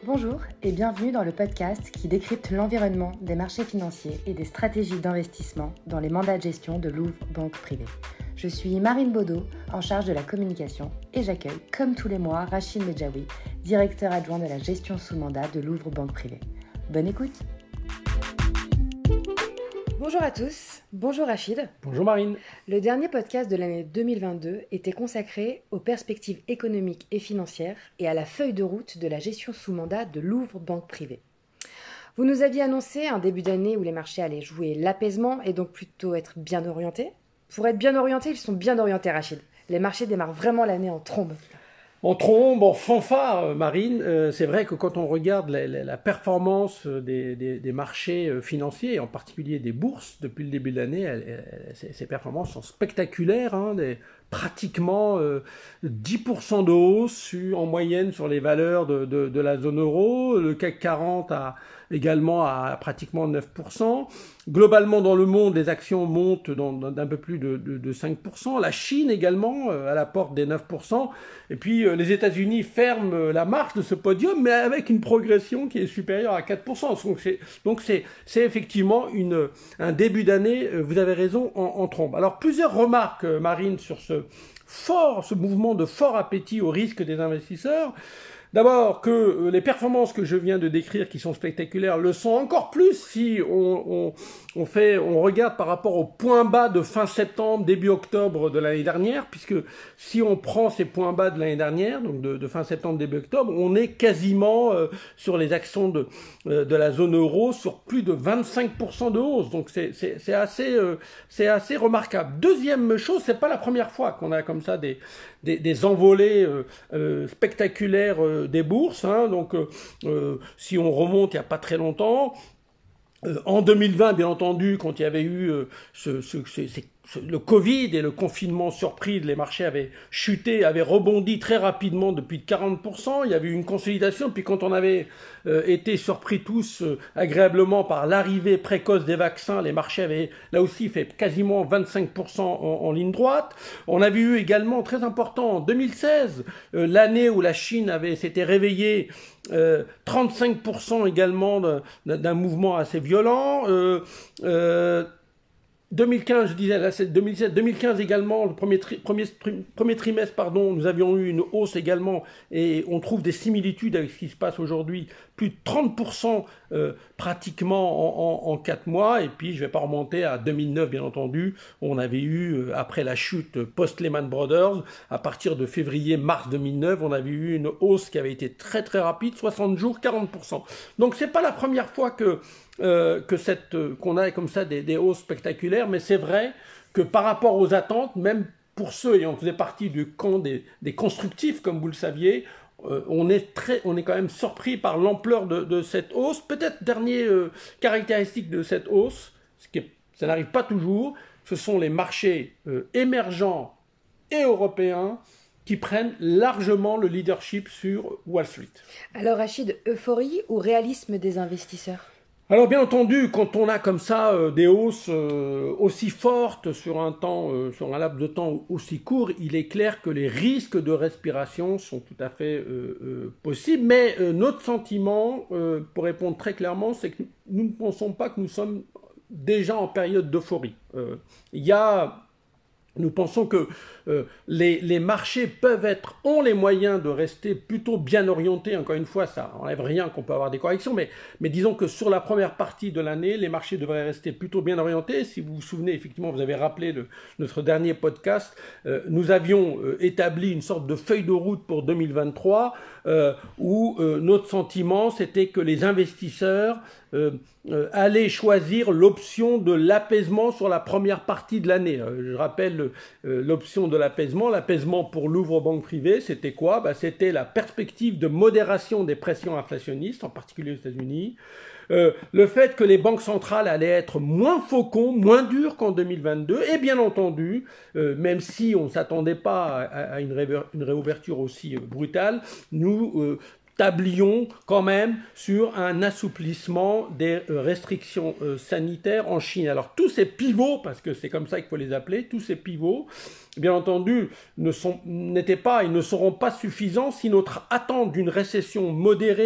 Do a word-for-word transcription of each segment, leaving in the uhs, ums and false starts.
Bonjour et bienvenue dans le podcast qui décrypte l'environnement des marchés financiers et des stratégies d'investissement dans les mandats de gestion de Louvre Banque Privée. Je suis Marine Baudot, en charge de la communication, et j'accueille, comme tous les mois, Rachid Medjaoui, directeur adjoint de la gestion sous mandat de Louvre Banque Privée. Bonne écoute. Bonjour à tous, bonjour Rachid. Bonjour Marine. Le dernier podcast de l'année deux mille vingt-deux était consacré aux perspectives économiques et financières et à la feuille de route de la gestion sous mandat de Louvre Banque Privée. Vous nous aviez annoncé un début d'année où les marchés allaient jouer l'apaisement et donc plutôt être bien orientés. Pour être bien orientés, ils sont bien orientés, Rachid. Les marchés démarrent vraiment l'année en trombe. En trombe, en fanfare, Marine, euh, c'est vrai que quand on regarde la, la, la performance des, des, des marchés financiers, et en particulier des bourses, depuis le début de l'année, elle, elle, ces, ces performances sont spectaculaires, hein, des, pratiquement euh, dix pour cent de hausse sur, en moyenne sur les valeurs de, de, de la zone euro, le C A C quarante a également à pratiquement neuf pour cent. Globalement, dans le monde, les actions montent dans, dans, d'un peu plus de, de, de cinq pour cent. La Chine également, euh, à la porte des neuf pour cent. Et puis, euh, les États-Unis ferment la marche de ce podium, mais avec une progression qui est supérieure à quatre pour cent. Donc, c'est, donc c'est, c'est effectivement une, un début d'année, euh, vous avez raison, en, en trombe. Alors, plusieurs remarques, euh, Marine, sur ce fort, ce mouvement de fort appétit au risque des investisseurs. D'abord que les performances que je viens de décrire, qui sont spectaculaires, le sont encore plus si on, on, on, fait, on regarde par rapport au point bas de fin septembre, début octobre de l'année dernière, puisque si on prend ces points bas de l'année dernière, donc de, de fin septembre, début octobre, on est quasiment euh, sur les actions de, euh, de la zone euro sur plus de vingt-cinq pour cent de hausse. Donc c'est, c'est, c'est, assez, euh, c'est assez remarquable. Deuxième chose, c'est pas la première fois qu'on a comme ça des, des, des envolées euh, euh, spectaculaires euh, des bourses, hein, donc euh, euh, si on remonte il n'y a pas très longtemps, euh, en deux mille vingt bien entendu, quand il y avait eu euh, ce, ce, ce, ce, le Covid et le confinement surprise, les marchés avaient chuté, avaient rebondi très rapidement depuis quarante pour cent, il y avait eu une consolidation, puis quand on avait euh, été surpris tous euh, agréablement par l'arrivée précoce des vaccins, les marchés avaient là aussi fait quasiment vingt-cinq pour cent en, en ligne droite. On avait eu également, très important, en deux mille seize, euh, l'année où la Chine avait s'était réveillée, euh, trente-cinq pour cent également d'un, d'un mouvement assez violent. Euh, euh, deux mille quinze, je disais, là c'est deux mille sept, deux mille quinze également, le premier, tri, premier, premier trimestre, pardon, nous avions eu une hausse également, et on trouve des similitudes avec ce qui se passe aujourd'hui, plus de trente pour cent euh, pratiquement en, en, en quatre mois, et puis je ne vais pas remonter à deux mille neuf, bien entendu, on avait eu, euh, après la chute post-Lehman Brothers, à partir de février-mars deux mille neuf, on avait eu une hausse qui avait été très très rapide, soixante jours, quarante pour cent. Donc c'est pas la première fois que Euh, que cette, euh, qu'on a comme ça des, des hausses spectaculaires, mais c'est vrai que par rapport aux attentes, même pour ceux, et on faisait partie du camp des, des constructifs, comme vous le saviez, euh, on, est très, on est quand même surpris par l'ampleur de, de cette hausse. Peut-être dernière euh, caractéristique de cette hausse, ce qui est, ça n'arrive pas toujours, ce sont les marchés euh, émergents et européens qui prennent largement le leadership sur Wall Street. Alors Rachid, euphorie ou réalisme des investisseurs ? Alors bien entendu, quand on a comme ça euh, des hausses euh, aussi fortes sur un temps, euh, sur un laps de temps aussi court, il est clair que les risques de respiration sont tout à fait euh, euh, possibles. Mais euh, notre sentiment, euh, pour répondre très clairement, c'est que nous ne pensons pas que nous sommes déjà en période d'euphorie. Euh, il y a Nous pensons que euh, les, les marchés peuvent être, ont les moyens de rester plutôt bien orientés. Encore une fois, ça n'enlève rien qu'on peut avoir des corrections, mais, mais disons que sur la première partie de l'année, les marchés devraient rester plutôt bien orientés. Si vous vous souvenez, effectivement, vous avez rappelé le, notre dernier podcast, euh, nous avions euh, établi une sorte de feuille de route pour deux mille vingt-trois euh, où euh, notre sentiment, c'était que les investisseurs euh, euh, allaient choisir l'option de l'apaisement sur la première partie de l'année. Euh, je rappelle euh, l'option de l'apaisement. L'apaisement pour Louvre Banque Privée, c'était quoi ? Ben, c'était la perspective de modération des pressions inflationnistes, en particulier aux États-Unis. Euh, le fait que les banques centrales allaient être moins faucons, moins dures qu'en deux mille vingt-deux, et bien entendu, euh, même si on ne s'attendait pas à, à une, ré- une réouverture aussi euh, brutale, nous euh, tablions quand même sur un assouplissement des euh, restrictions euh, sanitaires en Chine. Alors tous ces pivots, parce que c'est comme ça qu'il faut les appeler, tous ces pivots, bien entendu, ne sont, n'étaient pas et ne seront pas suffisants si notre attente d'une récession modérée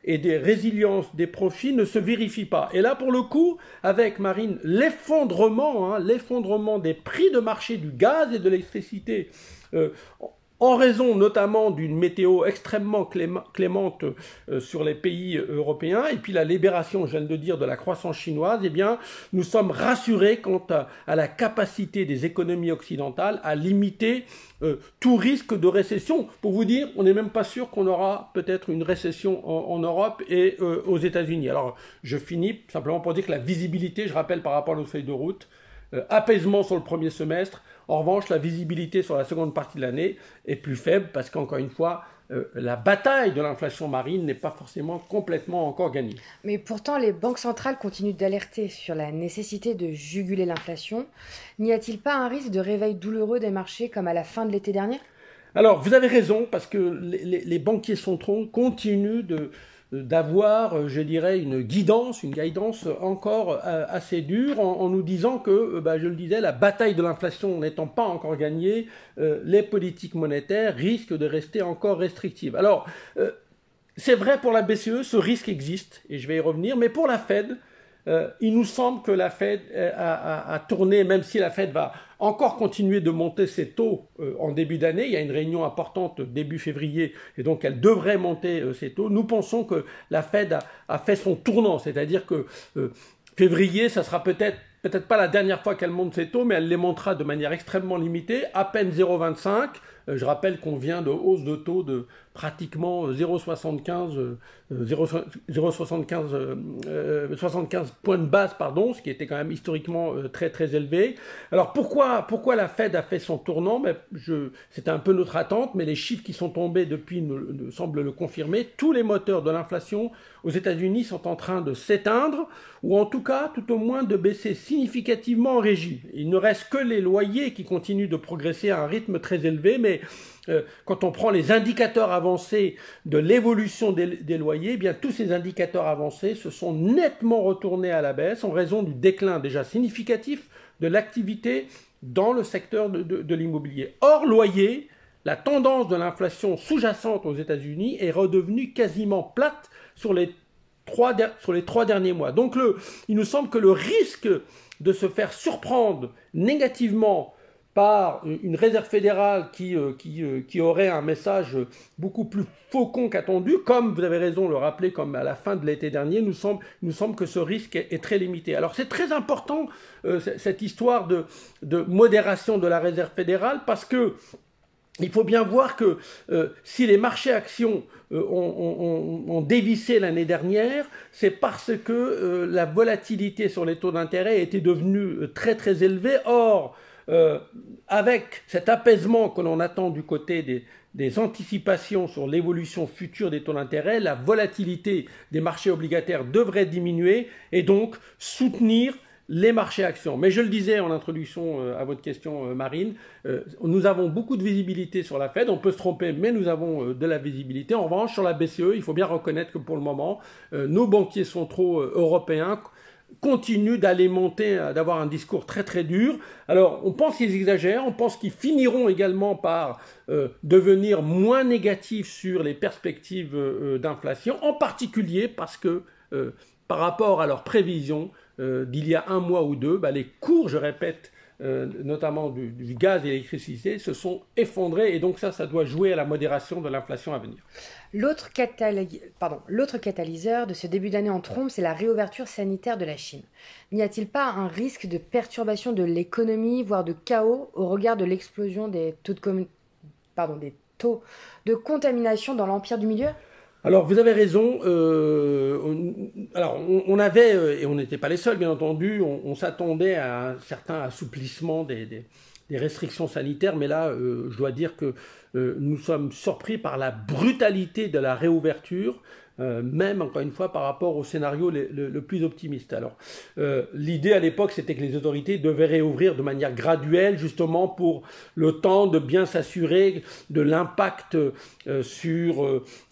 et des résiliences des profits ne se vérifient pas. Et là, pour le coup, avec Marine, l'effondrement, hein, l'effondrement des prix de marché du gaz et de l'électricité, euh, en raison notamment d'une météo extrêmement clémente euh, sur les pays européens, et puis la libération, je viens de le dire, de la croissance chinoise, eh bien, nous sommes rassurés quant à, à la capacité des économies occidentales à limiter euh, tout risque de récession. Pour vous dire, on n'est même pas sûr qu'on aura peut-être une récession en, en Europe et euh, aux États-Unis. Alors, je finis simplement pour dire que la visibilité, je rappelle par rapport à nos feuilles de route, euh, apaisement sur le premier semestre. En revanche, la visibilité sur la seconde partie de l'année est plus faible parce qu'encore une fois, euh, la bataille de l'inflation marine n'est pas forcément complètement encore gagnée. Mais pourtant, les banques centrales continuent d'alerter sur la nécessité de juguler l'inflation. N'y a-t-il pas un risque de réveil douloureux des marchés comme à la fin de l'été dernier ? Alors, vous avez raison, parce que les, les, les banquiers centraux continuent de... d'avoir, je dirais, une guidance, une guidance encore assez dure en, en nous disant que, bah, je le disais, la bataille de l'inflation n'étant pas encore gagnée, euh, les politiques monétaires risquent de rester encore restrictives. Alors, euh, c'est vrai pour la B C E, ce risque existe, et je vais y revenir, mais pour la Fed, euh, il nous semble que la Fed a, a, a tourné, même si la Fed va encore continuer de monter ses taux euh, en début d'année. Il y a une réunion importante début février et donc elle devrait monter euh, ses taux. Nous pensons que la Fed a, a fait son tournant, c'est-à-dire que euh, février, ça sera peut-être peut-être pas la dernière fois qu'elle monte ses taux, mais elle les montera de manière extrêmement limitée, à peine zéro virgule vingt-cinq. Euh, je rappelle qu'on vient de hausse de taux de pratiquement zéro virgule soixante-quinze, euh, zéro virgule soixante-quinze, euh, soixante-quinze points de base, pardon, ce qui était quand même historiquement euh, très très élevé. Alors pourquoi, pourquoi la Fed a fait son tournant? Ben, je, c'était un peu notre attente, mais les chiffres qui sont tombés depuis nous, nous semblent le confirmer. Tous les moteurs de l'inflation aux États-Unis sont en train de s'éteindre, ou en tout cas, tout au moins, de baisser significativement en régie. Il ne reste que les loyers qui continuent de progresser à un rythme très élevé, mais euh, quand on prend les indicateurs avancés de l'évolution des, des loyers, eh bien tous ces indicateurs avancés se sont nettement retournés à la baisse en raison du déclin déjà significatif de l'activité dans le secteur de, de, de l'immobilier. Hors loyer, la tendance de l'inflation sous-jacente aux États-Unis est redevenue quasiment plate sur les trois, sur les trois derniers mois. Donc le, il nous semble que le risque de se faire surprendre négativement par une réserve fédérale qui, euh, qui, euh, qui aurait un message beaucoup plus faucon qu'attendu, comme vous avez raison de le rappeler, comme à la fin de l'été dernier, nous semble, nous semble que ce risque est, est très limité. Alors c'est très important, euh, cette histoire de, de modération de la réserve fédérale, parce que il faut bien voir que euh, si les marchés actions euh, ont, ont, ont dévissé l'année dernière, c'est parce que euh, la volatilité sur les taux d'intérêt était devenue très très élevée. Or, Euh, avec cet apaisement que l'on attend du côté des, des anticipations sur l'évolution future des taux d'intérêt, la volatilité des marchés obligataires devrait diminuer et donc soutenir les marchés actions. Mais je le disais en introduction euh, à votre question, euh, Marine, euh, nous avons beaucoup de visibilité sur la Fed, on peut se tromper, mais nous avons euh, de la visibilité. En revanche, sur la B C E, il faut bien reconnaître que pour le moment, euh, nos banquiers centraux euh, européens continuent d'aller monter, d'avoir un discours très très dur. Alors on pense qu'ils exagèrent, on pense qu'ils finiront également par euh, devenir moins négatifs sur les perspectives euh, d'inflation, en particulier parce que euh, par rapport à leurs prévisions euh, d'il y a un mois ou deux, bah, les cours, je répète, euh, notamment du, du gaz et de l'électricité, se sont effondrés et donc ça, ça doit jouer à la modération de l'inflation à venir. L'autre cataly... Pardon, l'autre catalyseur de ce début d'année en trompe, c'est la réouverture sanitaire de la Chine. N'y a-t-il pas un risque de perturbation de l'économie, voire de chaos, au regard de l'explosion des taux de, com... Pardon, des taux de contamination dans l'empire du milieu ? Alors, vous avez raison. Euh, on, alors, on, on avait, et on n'était pas les seuls, bien entendu, on, on s'attendait à un certain assouplissement des, des, des restrictions sanitaires, mais là, euh, je dois dire que euh, nous sommes surpris par la brutalité de la réouverture, euh, même, encore une fois, par rapport au scénario le, le, le plus optimiste. Alors, euh, l'idée à l'époque, c'était que les autorités devaient réouvrir de manière graduelle, justement pour le temps de bien s'assurer de l'impact euh, sur,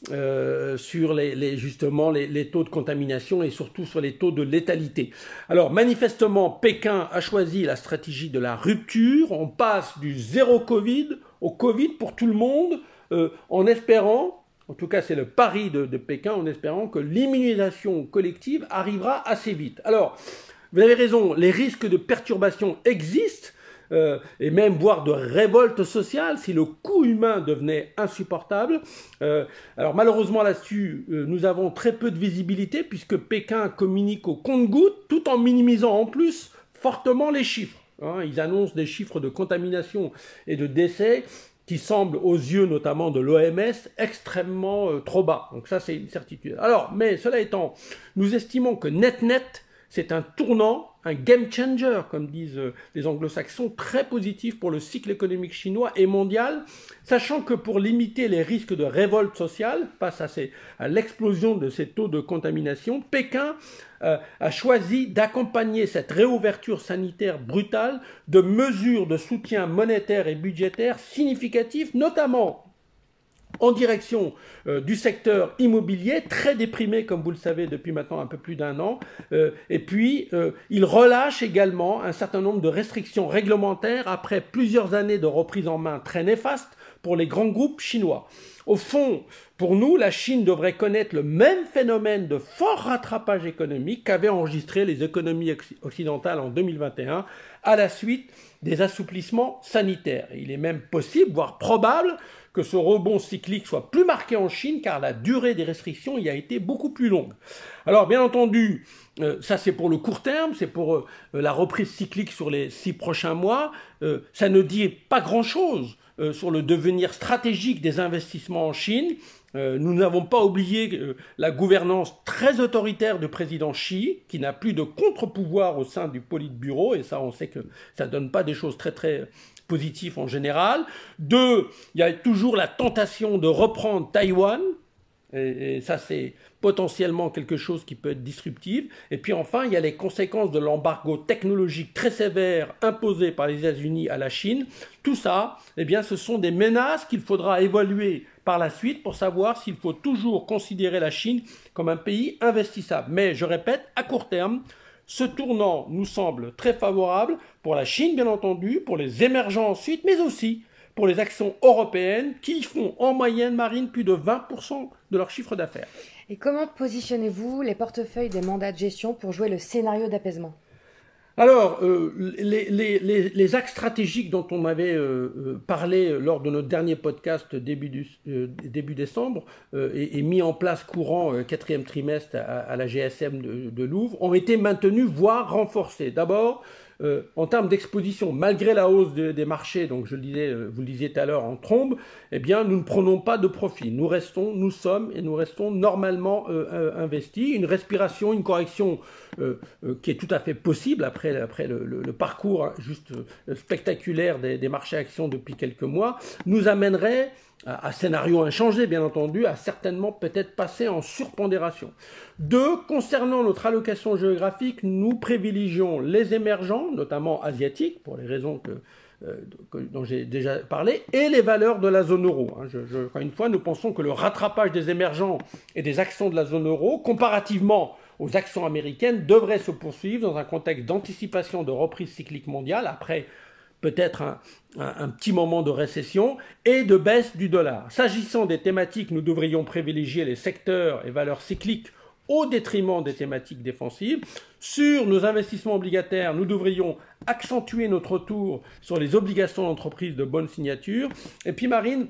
euh, sur les, les, justement les, les taux de contamination et surtout sur les taux de létalité. Alors, manifestement, Pékin a choisi la stratégie de la rupture. On passe du zéro Covid au Covid pour tout le monde, euh, en espérant En tout cas, c'est le pari de, de Pékin en espérant que l'immunisation collective arrivera assez vite. Alors, vous avez raison, les risques de perturbation existent, euh, et même voire de révolte sociale si le coût humain devenait insupportable. Euh, alors malheureusement là-dessus, euh, nous avons très peu de visibilité puisque Pékin communique au compte-gouttes tout en minimisant en plus fortement les chiffres. Hein, ils annoncent des chiffres de contamination et de décès qui semblent aux yeux notamment de l'O M S extrêmement euh, trop bas. Donc ça c'est une certitude. Alors, mais cela étant, nous estimons que net-net, c'est un tournant, un game changer, comme disent les anglo-saxons, très positif pour le cycle économique chinois et mondial, sachant que pour limiter les risques de révolte sociale face à, ces, à l'explosion de ces taux de contamination, Pékin euh, a choisi d'accompagner cette réouverture sanitaire brutale de mesures de soutien monétaire et budgétaire significatives, notamment en direction euh, du secteur immobilier, très déprimé, comme vous le savez, depuis maintenant un peu plus d'un an. Euh, et puis, euh, il relâche également un certain nombre de restrictions réglementaires après plusieurs années de reprise en main très néfastes pour les grands groupes chinois. Au fond, pour nous, la Chine devrait connaître le même phénomène de fort rattrapage économique qu'avaient enregistré les économies occidentales en deux mille vingt et un à la suite des assouplissements sanitaires. Et il est même possible, voire probable, que ce rebond cyclique soit plus marqué en Chine car la durée des restrictions y a été beaucoup plus longue. Alors bien entendu, euh, ça c'est pour le court terme, c'est pour euh, la reprise cyclique sur les six prochains mois. Euh, ça ne dit pas grand-chose euh, sur le devenir stratégique des investissements en Chine. Euh, nous n'avons pas oublié euh, la gouvernance très autoritaire du président Xi, qui n'a plus de contre-pouvoir au sein du Politburo, et ça on sait que ça ne donne pas des choses très très positif en général. Deux, il y a toujours la tentation de reprendre Taïwan, et, et ça c'est potentiellement quelque chose qui peut être disruptif. Et puis enfin, il y a les conséquences de l'embargo technologique très sévère imposé par les États-Unis à la Chine. Tout ça, eh bien, ce sont des menaces qu'il faudra évaluer par la suite pour savoir s'il faut toujours considérer la Chine comme un pays investissable. Mais je répète, à court terme, ce tournant nous semble très favorable pour la Chine, bien entendu, pour les émergents ensuite, mais aussi pour les actions européennes qui font en moyenne, Marine, plus de vingt pour cent de leur chiffre d'affaires. Et comment positionnez-vous les portefeuilles des mandats de gestion pour jouer le scénario d'apaisement ? Alors, euh, les, les, les, les axes stratégiques dont on avait euh, parlé lors de notre dernier podcast début, du, euh, début décembre euh, et, et mis en place courant euh, quatrième trimestre à, à la G S M de, de Louvre ont été maintenus, voire renforcés. D'abord, Euh, en termes d'exposition, malgré la hausse de, des marchés, donc je le disais, euh, vous le disiez tout à l'heure en trombe, eh bien nous ne prenons pas de profit. Nous restons, nous sommes et nous restons normalement euh, euh, investis. Une respiration, une correction euh, euh, qui est tout à fait possible après, après le, le, le parcours hein, juste euh, spectaculaire des, des marchés actions depuis quelques mois, nous amènerait à, à scénario inchangé bien entendu, à certainement peut-être passer en surpondération. Deux, concernant notre allocation géographique, nous privilégions les émergents, notamment asiatiques, pour les raisons que, euh, que, dont j'ai déjà parlé, et les valeurs de la zone euro. Hein. Je, je, encore une fois, nous pensons que le rattrapage des émergents et des actions de la zone euro, comparativement aux actions américaines, devrait se poursuivre dans un contexte d'anticipation de reprise cyclique mondiale, après peut-être un, un, un petit moment de récession et de baisse du dollar. S'agissant des thématiques, nous devrions privilégier les secteurs et valeurs cycliques au détriment des thématiques défensives. Sur nos investissements obligataires, nous devrions accentuer notre retour sur les obligations d'entreprise de bonne signature. Et puis Marine,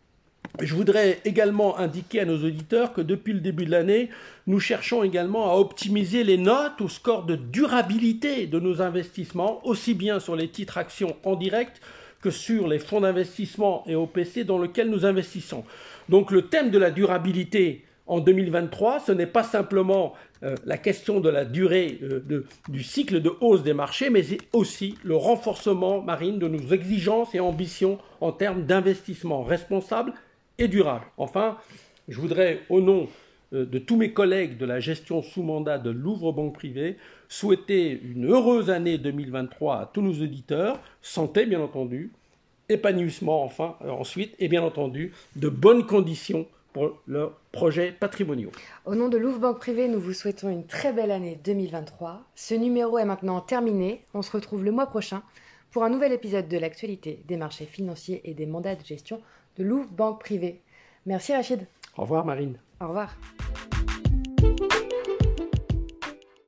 je voudrais également indiquer à nos auditeurs que depuis le début de l'année, nous cherchons également à optimiser les notes ou scores de durabilité de nos investissements, aussi bien sur les titres actions en direct que sur les fonds d'investissement et O P C dans lesquels nous investissons. Donc le thème de la durabilité en deux mille vingt-trois, ce n'est pas simplement euh, la question de la durée euh, de, du cycle de hausse des marchés, mais aussi le renforcement, Marine, de nos exigences et ambitions en termes d'investissement responsable et durable. Enfin, je voudrais, au nom euh, de tous mes collègues de la gestion sous mandat de Louvre Banque Privée, souhaiter une heureuse année deux mille vingt-trois à tous nos auditeurs, santé bien entendu, épanouissement enfin euh, ensuite, et bien entendu de bonnes conditions pour leurs projets patrimoniaux. Au nom de Louvre Banque Privée, nous vous souhaitons une très belle année deux mille vingt-trois. Ce numéro est maintenant terminé. On se retrouve le mois prochain pour un nouvel épisode de l'actualité des marchés financiers et des mandats de gestion de Louvre Banque Privée. Merci Rachid. Au revoir Marine. Au revoir.